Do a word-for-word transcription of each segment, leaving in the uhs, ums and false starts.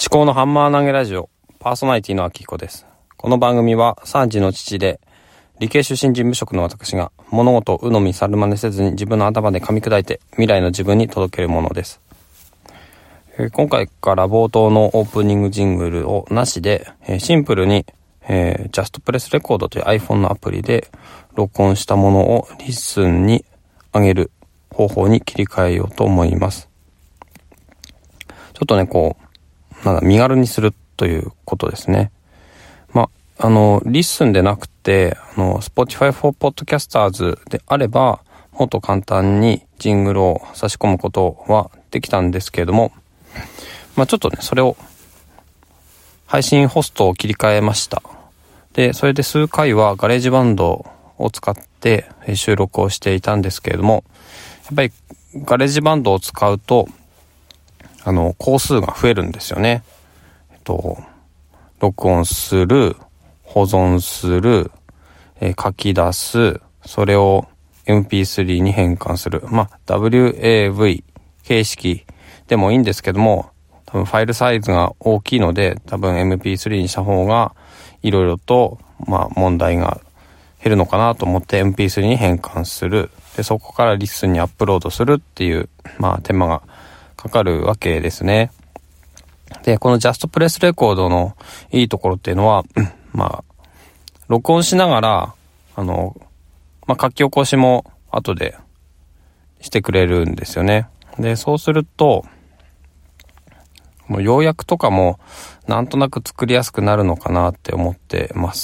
考のハンマー投げラジオパーソナリティのあきひこです。この番組はさんじの父で理系出身事務職の私が物事を鵜呑み猿真似せずに自分の頭で噛み砕いて未来の自分に届けるものです。えー、今回から冒頭のオープニングジングルをなしで、えー、シンプルに、えー、Just Press Record という iPhone のアプリで録音したものをリッスンに上げる方法に切り替えようと思います。ちょっとねこうなんだ身軽にするということですね。まあのリッスンでなくてあの Spotify for Podcasters であればもっと簡単にジングルを差し込むことはできたんですけれども、まあちょっとねそれを配信ホストを切り替えました。でそれで数回はガレージバンドを使って収録をしていたんですけれども、やっぱりガレージバンドを使うとあの工数が増えるんですよね。えっと録音する、保存する、えー、書き出す、それを エムピースリー に変換する。まあ ダブリューエーブイ 形式でもいいんですけども、多分ファイルサイズが大きいので多分 エムピースリー にした方がいろいろとまあ問題が減るのかなと思って エムピースリー に変換する。でそこからリッスンにアップロードするっていうまあ手間がかかるわけですね。で、この Just Press Record のいいところっていうのは、まあ、録音しながら、あの、まあ、書き起こしも後でしてくれるんですよね。で、そうすると、もう要約とかもなんとなく作りやすくなるのかなって思ってます。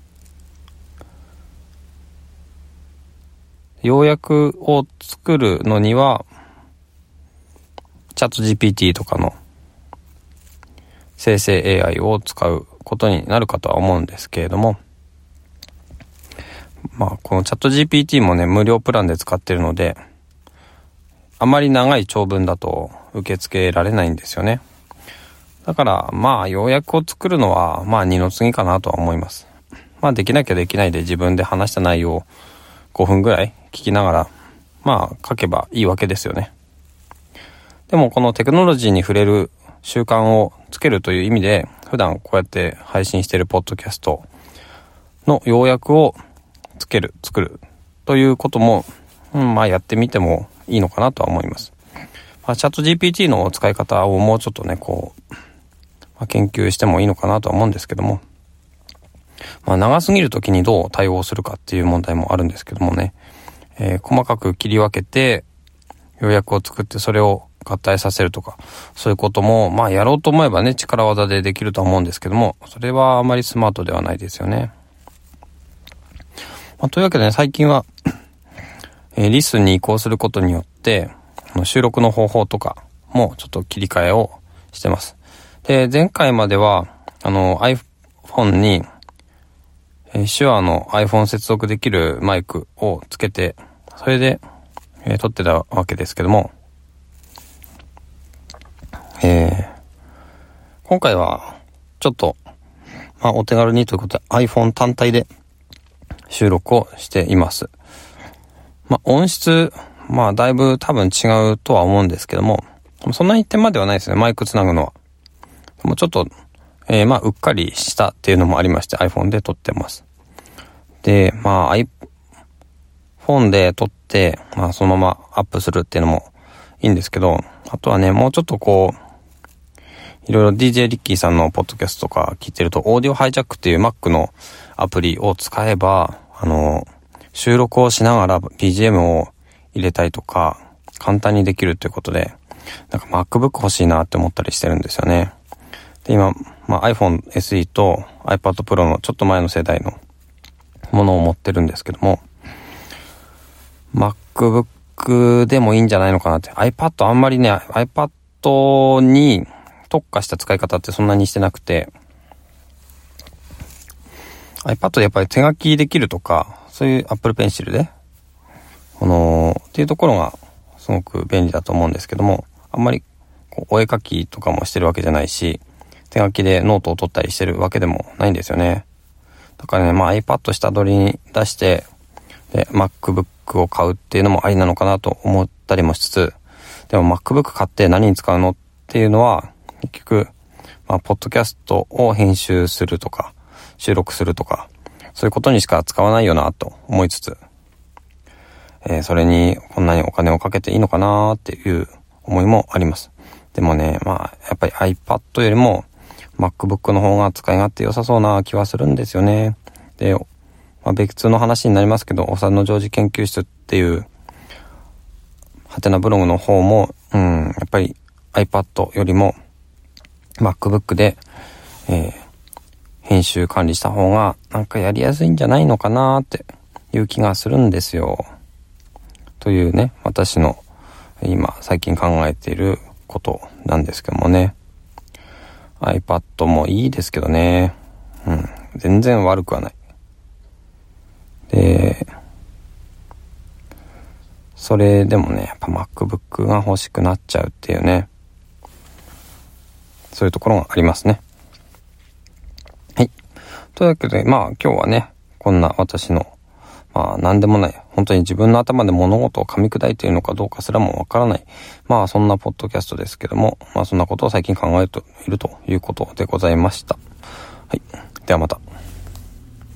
要約を作るのには、チャット ジーピーティー とかの生成 エーアイ を使うことになるかとは思うんですけれども、まあこのチャット ジーピーティー もね無料プランで使ってるのであまり長い長文だと受け付けられないんですよね。だからまあ要約を作るのはまあ二の次かなとは思います。まあできなきゃできないで自分で話した内容をごふんぐらい聞きながらまあ書けばいいわけですよね。でもこのテクノロジーに触れる習慣をつけるという意味で普段こうやって配信しているポッドキャストの要約をつける作るということも、うん、まあやってみてもいいのかなとは思います。まあ、チャット ジーピーティー の使い方をもうちょっとねこう、まあ、研究してもいいのかなとは思うんですけども、まあ、長すぎる時にどう対応するかっていう問題もあるんですけどもね、えー、細かく切り分けて要約を作ってそれを合体させるとかそういうこともまあやろうと思えばね力技でできると思うんですけども、それはあまりスマートではないですよね。まあ、というわけでね最近は、えー、リスンに移行することによってあの収録の方法とかもちょっと切り替えをしてます。で前回まではあの iPhone に、えー、手話の iPhone 接続できるマイクをつけてそれで、えー、撮ってたわけですけども、えー、今回はちょっと、まあ、お手軽にということで iPhone 単体で収録をしています。まあ、音質、まあだいぶ多分違うとは思うんですけども、そんなに点まではないですね。マイクつなぐのは。もうちょっと、えー、まあうっかりしたっていうのもありまして iPhone で撮ってます。で、まあ iPhone で撮って、まあそのままアップするっていうのもいいんですけど、あとはねもうちょっとこういろいろ ディージェー リッキーさんのポッドキャストとか聞いてるとオーディオハイジャックっていう Mac のアプリを使えばあの収録をしながら ビージーエム を入れたりとか簡単にできるということでなんか MacBook 欲しいなって思ったりしてるんですよね。で今、まあ、iPhone エスイー と iPad Pro のちょっと前の世代のものを持ってるんですけども MacBook でもいいんじゃないのかなって。 iPad あんまりね iPad に特化した使い方ってそんなにしてなくて iPad でやっぱり手書きできるとかそういう Apple Pencil でこのっていうところがすごく便利だと思うんですけども、あんまりこうお絵描きとかもしてるわけじゃないし手書きでノートを取ったりしてるわけでもないんですよね。だからね、まあ iPad 下取りに出してで MacBook を買うっていうのもありなのかなと思ったりもしつつ、でも MacBook 買って何に使うのっていうのは結局まあ、ポッドキャストを編集するとか、収録するとか、そういうことにしか使わないよなと思いつつ、えー、それにこんなにお金をかけていいのかなっていう思いもあります。でもね、まあ、やっぱり iPad よりも MacBook の方が使い勝手良さそうな気はするんですよね。で、まあ、別の話になりますけど、おさんのジョージ研究室っていう、ハテナブログの方も、うん、やっぱり iPad よりも MacBook で、えー、編集管理した方がなんかやりやすいんじゃないのかなっていう気がするんですよ。というね、私の今最近考えていることなんですけどもね。iPad もいいですけどね。うん、全然悪くはない。で、それでもね、やっぱ MacBook が欲しくなっちゃうっていうね。そういうところがありますね。はい。というわけで、まあ今日はね、こんな私の、まあ何でもない、本当に自分の頭で物事を噛み砕いているのかどうかすらもわからない。まあそんなポッドキャストですけども、まあそんなことを最近考えているということでございました。はい。ではまた。